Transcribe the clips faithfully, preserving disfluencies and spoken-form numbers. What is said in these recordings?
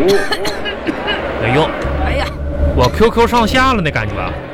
哎呦， 哎呀， 我 Q Q 上下了那感觉。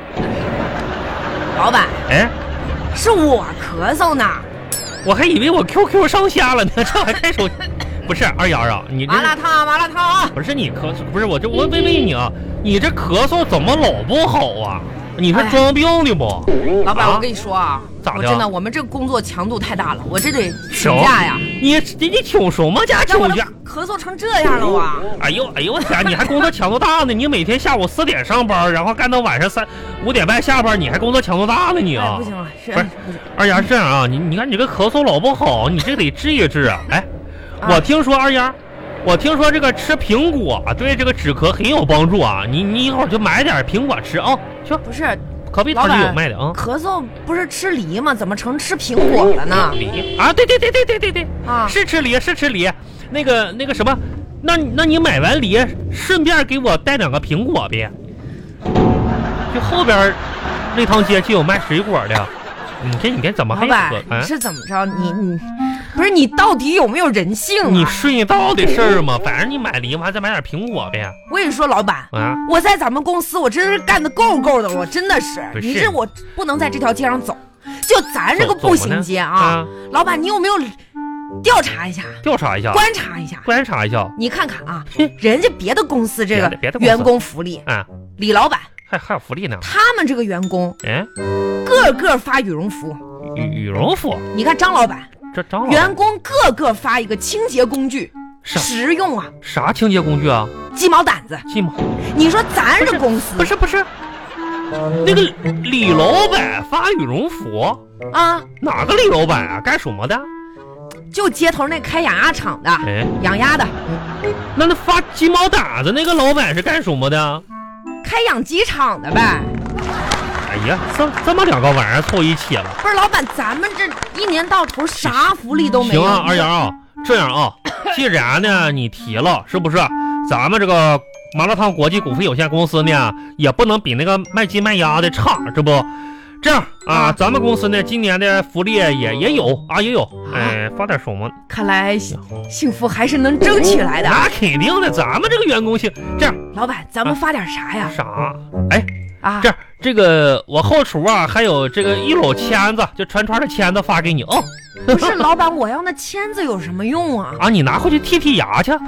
老板， 哎， 是我咳嗽呢。 我还以为我 Q Q 上下了呢，这还开手。不是二丫啊，你这麻辣烫麻辣烫不是你咳嗽，不是我这我问问你啊，你这咳嗽怎么老不好啊？你是装病的不？ 老板， 啊、 我跟你说啊， 咋的？ 我真的，我们这个工作强度太大了，我这得请假呀。 你你你请什么假？请假？ 咳嗽成这样了哇！ 哎呦哎呦我天，你还工作强度大呢？你每天下午四点上班，然后干到晚上三五点半下班，你还工作强度大呢你啊？ 哎、不行了，是不是二丫是这样啊？你你看你这个咳嗽老不好，你这得治一治啊！哎，啊、我听说二丫。我听说这个吃苹果对这个止咳很有帮助啊！你你一会儿就买点苹果吃啊！去， 不是， 隔壁摊里有卖的啊。 咳嗽不是吃梨吗？怎么成吃苹果了呢？ 梨啊，对对对对对对对啊，是吃梨是吃梨。那个那个什么，那那你买完梨，顺便给我带两个苹果呗。就后边那趟街就有卖水果的。你这你该怎么还老板？啊、你是怎么着？你你不是你到底有没有人性啊？ 你顺道的事儿嘛，反正你买梨嘛，还再买点苹果呗。 我跟你说，老板啊，我在咱们公司我真是干的够够的了，我真的是。 是你这我不能在这条街上走，就咱这个步行街啊，啊老板，你有没有调查一下？ 调查一下， 观察一下， 观察一下。 你看看啊，人家别的公司这个员工福利啊，李老板。 还还有福利呢， 他们这个员工， 哎， 个个发羽绒服， 羽羽绒服。 你看张老板， 这张老板员工个个发一个清洁工具，实用啊。 啥清洁工具啊？ 鸡毛掸子。 鸡毛？ 你说咱这公司不是不是，那个李老板发羽绒服啊？ 哪个李老板啊？干什么的？ 就街头那开养鸭场的， 哎， 养鸭的。 那那发鸡毛掸子那个老板是干什么的？ 开养鸡场的呗。 哎呀，这这么两个玩意儿凑一起了。 不是老板，咱们这一年到头啥福利都没有。 行啊，二丫啊，这样啊，既然呢你提了，是不是？咱们这个麻辣烫国际股份有限公司呢，也不能比那个卖鸡卖鸭的差，这不？这样啊，咱们公司呢今年的福利也也有啊，也有，哎，发点什么？ 看来幸福还是能争起来的。 那肯定的，咱们这个员工幸。这样， 老板，咱们发点啥呀？ 啥？哎啊， 这样，这个我后厨啊，还有这个一篓签子，就串串的签子发给你哦。 不是，老板，我要那签子有什么用啊？ 啊，你拿回去剔剔牙去。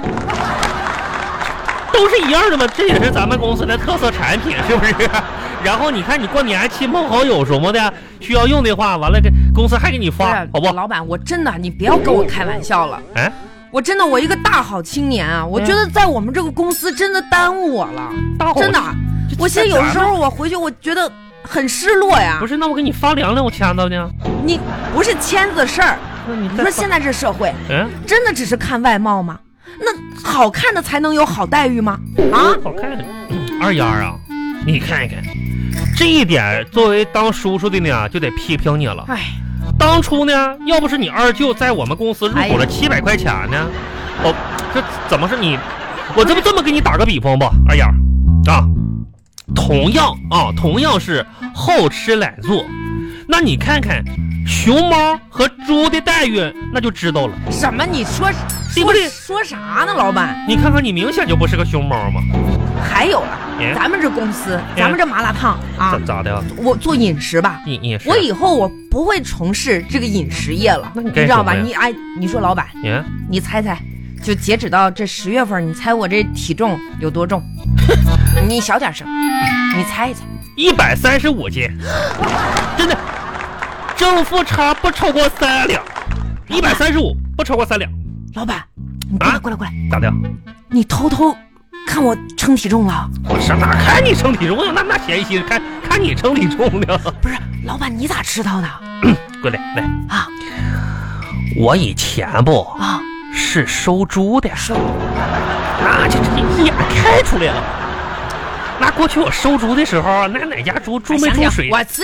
都是一样的嘛，这也是咱们公司的特色产品，是不是？然后你看你过年亲朋好友什么的需要用的话，完了给公司还给你发，好不？ 老板，我真的你不要跟我开玩笑了。 哎， 我真的我一个大好青年啊，我觉得在我们这个公司真的耽误我了， 嗯、 真的。我现在有时候我回去我觉得很失落呀。 不是，那我给你发两两签子呢。 你不是签子的事儿，你说现在这社会，嗯，真的只是看外貌吗？那好看的才能有好待遇吗？啊， 好看，二丫啊，你看看这一点，作为当叔叔的呢，就得批评你了。 哎， 当初呢，要不是你二舅在我们公司入股了七百块钱呢，哎、哦，这怎么是你？我这不这么给你打个比方吧，二丫啊，同样啊，同样是好吃懒做，那你看看熊猫和猪的待遇，那就知道了。 什么？你说？ 对不对？ 说啥呢，老板？ 你看看，你明显就不是个熊猫嘛。 还有了，咱们这公司，咱们这麻辣烫啊， 咋咋的？ 我做饮食吧， 饮饮食。 我以后我不会从事这个饮食业了， 那你知道吧？你哎，你说老板， 嗯， 你猜猜，就截止到这十月份，你猜我这体重有多重？你小点声，你猜一猜， 一百三十五斤，真的，正负差不超过三两，一百三十五不超过三两。 老板，你过来、啊、过来过来， 咋的？ 你偷偷看我称体重了？ 我上哪看你称体重？我有那么大闲心看看你称体重呢？ 不是，老板你咋知道的？ 嗯、过来来啊！ 我以前不啊是收猪的， 收， 那这这一眼看出来了。那过去我收猪的时候，那哪家猪猪没猪水？ 我辞职，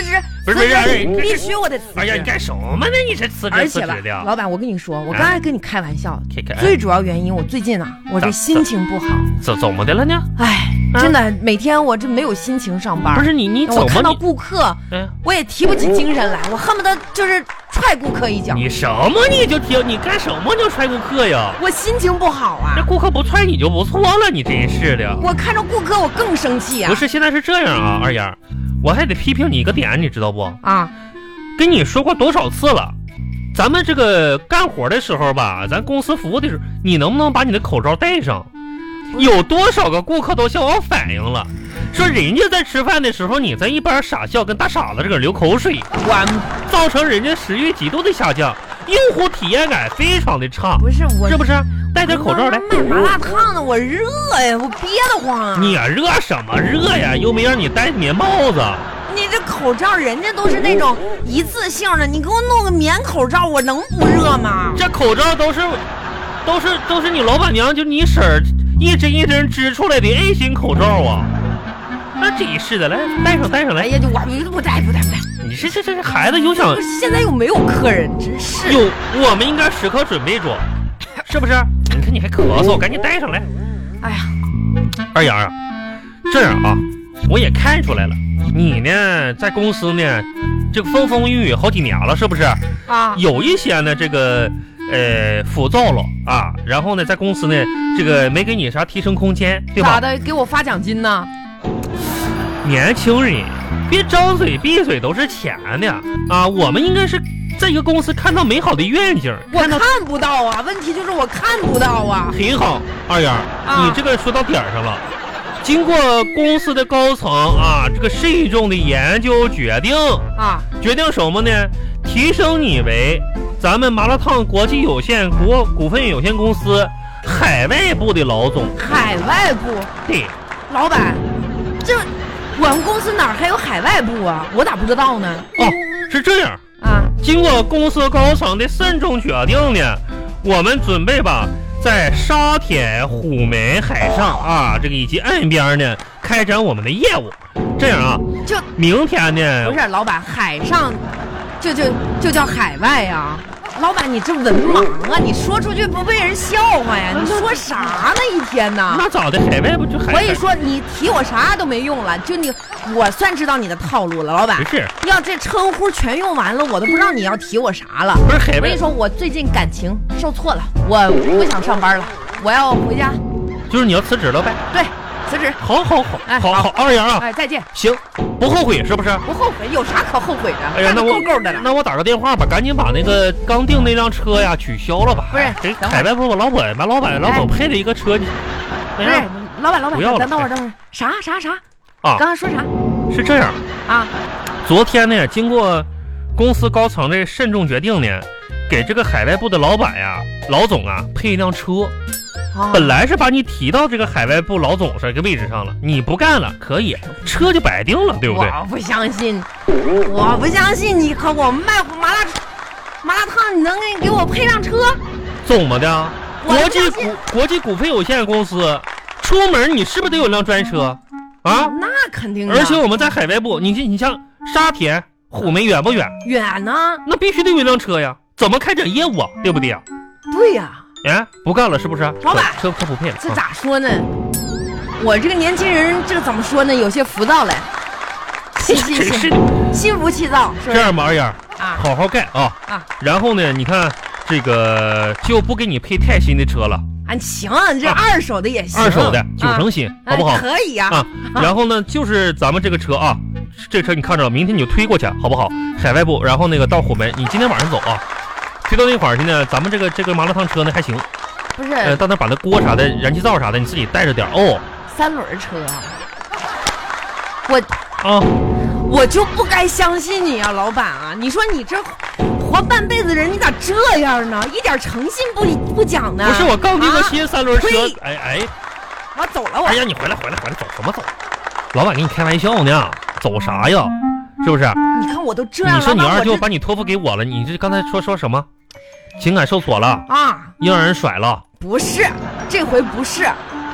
不是不是， 必须我得辞职。 哎呀，你干什么呢？你这辞职辞职的。 老板，我跟你说，我刚才跟你开玩笑， 啊、 最主要原因我最近啊，我这心情不好。 怎怎么的了呢？ 哎，真的，每天我这没有心情上班。 不是你你怎么？ 我看到顾客，嗯，我也提不起精神来，我恨不得就是踹顾客一脚。 你什么你就提？你干什么就踹顾客呀？ 我心情不好啊。 这顾客不踹你就不错了，你真是的。 我看着顾客我更生气啊。 不是，现在是这样啊，二丫，我还得批评你一个点，你知道不？ 啊， 跟你说过多少次了，咱们这个干活的时候吧，咱公司服务的时候，你能不能把你的口罩戴上？有多少个顾客都向我反映了，说人家在吃饭的时候，你在一边傻笑，跟大傻子这个流口水，造成人家食欲极度的下降，用户体验感非常的差。 不是我， 是不是？戴点口罩来。 卖麻辣烫的，我热呀，我憋得慌啊。 你啊，热什么热呀？又没让你戴棉帽子。 你这口罩人家都是那种一次性的，你给我弄个棉口罩，我能不热吗？ 这口罩都是，都是都是你老板娘就你婶儿一针一针织出来的 A 型口罩啊。那真是的，来戴上戴上来。 哎呀，就我不戴不戴不戴。 你这这这这孩子又想， 现在又没有客人，真是。 有，我们应该时刻准备着，是不是？你看你还咳嗽，赶紧戴上来。 哎呀， 二丫啊，这样啊，我也看出来了，你呢在公司呢，这个风风雨雨好几年了，是不是？ 啊， 有一些呢，这个呃浮躁了啊，然后呢，在公司呢，这个没给你啥提升空间，对吧？ 咋的？给我发奖金呢？ 年轻人别张嘴闭嘴都是钱的啊！我们应该是在一个公司看到美好的愿景。 我看不到啊，问题就是我看不到啊。 很好，二丫，啊、你这个说到点上了。经过公司的高层啊，这个慎重的研究决定啊， 决定什么呢？提升你为咱们麻辣烫国际有限国股份有限公司海外部的老总。 海外部？ 对， 老板，这。我们公司哪儿还有海外部啊？我咋不知道呢？ 哦，是这样啊。 经过公司高层的慎重决定呢，我们准备吧，在沙田、虎门海上啊，这个以及岸边呢，开展我们的业务。这样啊， 就明天呢？ 不是，老板，海上就就就叫海外呀。老板，你这文盲啊！你说出去不被人笑话呀？你说啥呢？一天呢？ 那咋的？海外不就海外？ 我跟你说，你提我啥都没用了。就你，我算知道你的套路了，老板。 不是， 要这称呼全用完了，我都不知道你要提我啥了。 不是海外。 我跟你说，我最近感情受挫了，我不想上班了，我要回家。 就是你要辞职了呗？ 对。辞职， 好好好，哎、好好，二丫啊， 哎，再见， 行，不后悔是不是？ 不后悔，有啥可后悔的？ 哎呀，那我够够的了。 那我打个电话吧，赶紧把那个刚订那辆车呀取消了吧。 不是， 这海外部老板，把老板老总配了一个车， 不是，老板老板， 不要了， 等会儿等会儿，啥啥啥啊？ 刚才说啥？ 是这样啊， 昨天呢，经过公司高层的慎重决定呢，给这个海外部的老板呀、老总啊配一辆车。本来是把你提到这个海外部老总这个位置上了，你不干了，可以，车就摆定了，对不对？ 我不相信，我不相信你和我卖麻辣麻辣烫，你能给我配辆车？ 怎么的？国际股国际股份有限公司，出门你是不是得有辆专车啊？ 那肯定的。 而且我们在海外部，你你像沙田、虎门远不远？ 远呢， 那必须得有一辆车呀，怎么开展业务啊？对不对呀？ 对呀。 哎，不干了是不是？ 老板， 车车不配了。 这咋说呢？我这个年轻人，这个怎么说呢？有些浮躁了，心心心心浮气躁，是不是？ 这样吧，二丫啊， 好好干啊啊！然后呢，你看这个就不给你配太新的车了。 啊，行，这二手的也行， 二手的九成新，好不好？ 可以呀。 啊，然后呢，就是咱们这个车啊，这车你看着了，明天你就推过去，好不好？海外部，然后那个到虎门，你今天晚上走啊。推到那块儿去呢，咱们这个这个麻辣烫车呢还行， 不是， 呃，到那把那锅啥的、燃气灶啥的，你自己带着点哦。 三轮车，我啊， 我就不该相信你啊，老板啊！你说你这活半辈子人，你咋这样呢？一点诚信不不讲呢？ 不是，我刚订个新三轮车，啊、哎哎， 我走了我。 哎呀，你回来回来回来，走什么走？老板跟你开玩笑呢，走啥呀？是不是？ 你看我都这样了， 你说你二舅把你托付给我了，你这刚才说说什么？情感受挫了啊， 又让人甩了？ 不是，这回不是，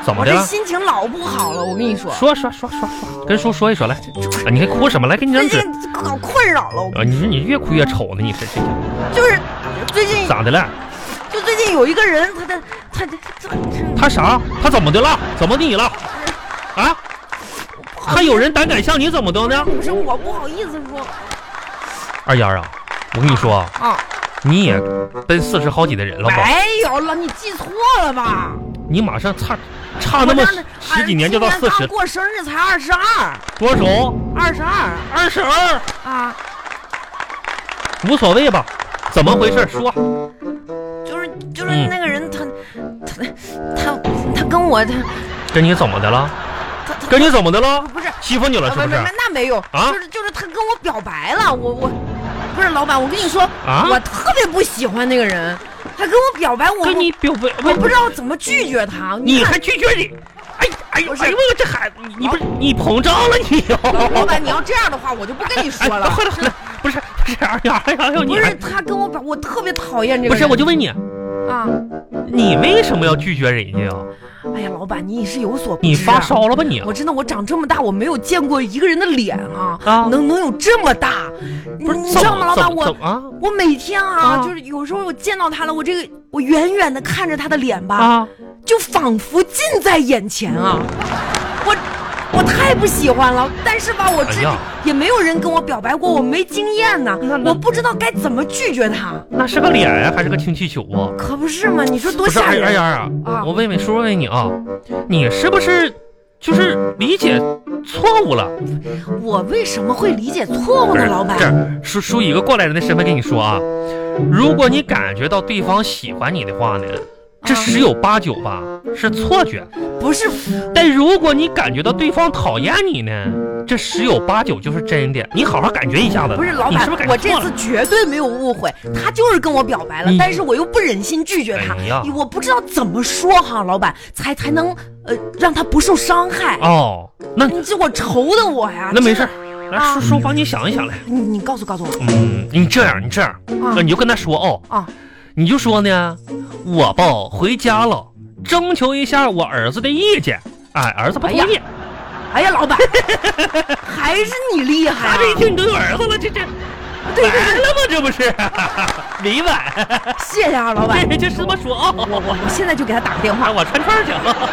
怎么的了？ 我这心情老不好了，我跟你说。 说说说说说，跟叔说一说来。啊，你还哭什么？来，给你张纸。 搞困扰了。 啊，你说你越哭越丑呢，你这这。 就是最近咋的了？ 就最近有一个人，他的他他他他啥？他怎么的了？怎么你了？啊？还有人胆敢向你怎么的呢？ 不是我不好意思说。 二丫啊，我跟你说啊， 你也奔四十好几的人了吧？ 没有了，你记错了吧？ 你马上差差那么十几年就到四十。 过生日才二十二。 多少？ 二十二。 二十二啊， 无所谓吧？怎么回事？说。 就是就是那个人，他他他他跟我他跟你怎么的了？跟你怎么的了？ 不是欺负你了是不是？ 那没有啊， 就是就是他跟我表白了，我我不是老板，我跟你说， 啊， 我特别不喜欢那个人，他跟我表白，我跟你表白， 我不知道怎么拒绝他。 你还拒绝你？哎哎呦哎呦，我这孩子，你不是你膨胀了你？ 老板，你要这样的话，我就不跟你说了。 快了快了，不是不是，哎呀哎呀， 不是他跟我表，我特别讨厌这个人。 不是，我就问你啊， 你为什么要拒绝人家呀？ 哎呀，老板，你是有所不知、啊。 你发烧了吧你？ 我真的，我长这么大，我没有见过一个人的脸啊， 啊能能有这么大。 不是你知道吗，老板？我啊， 我每天啊， 啊就是有时候我见到他了，我这个我远远的看着他的脸吧， 啊， 就仿佛近在眼前啊。我我太不喜欢了，但是吧，我这、哎、也没有人跟我表白过，我没经验呢，我不知道该怎么拒绝他。 那是个脸呀、啊，还是个氢气球啊？ 可不是嘛！你说多吓人！ 哎呀啊！啊我问问叔，问问你啊，你是不是就是理解错误了？ 我为什么会理解错误呢，老板？ 这叔叔以一个过来人的身份跟你说啊，如果你感觉到对方喜欢你的话呢，这十有八九吧是错觉。 不是， 但如果你感觉到对方讨厌你呢，这十有八九就是真的。你好好感觉一下子。 不是老板，是不是我这次绝对没有误会，他就是跟我表白了，但是我又不忍心拒绝他，哎、我不知道怎么说哈，老板才才能呃让他不受伤害。 哦，那你这我愁的我呀。 那没事，来叔叔帮你想一想来。 你你告诉告诉我。 嗯，你这样你这样，啊、你就跟他说哦啊，你就说呢，我吧回家了。征求一下我儿子的意见，哎，儿子不同意。 哎呀，老板，还是你厉害、啊！ 他这一听你都有儿子了，这这对来了吗？这不是委婉。 谢谢啊，老板。 这就这么说啊、哦， 我我我现在就给他打个电话， 我串串去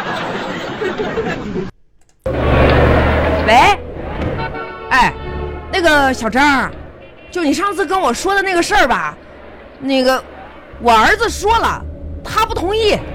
了。喂，哎，那个小张，就你上次跟我说的那个事儿吧，那个我儿子说了，他不同意。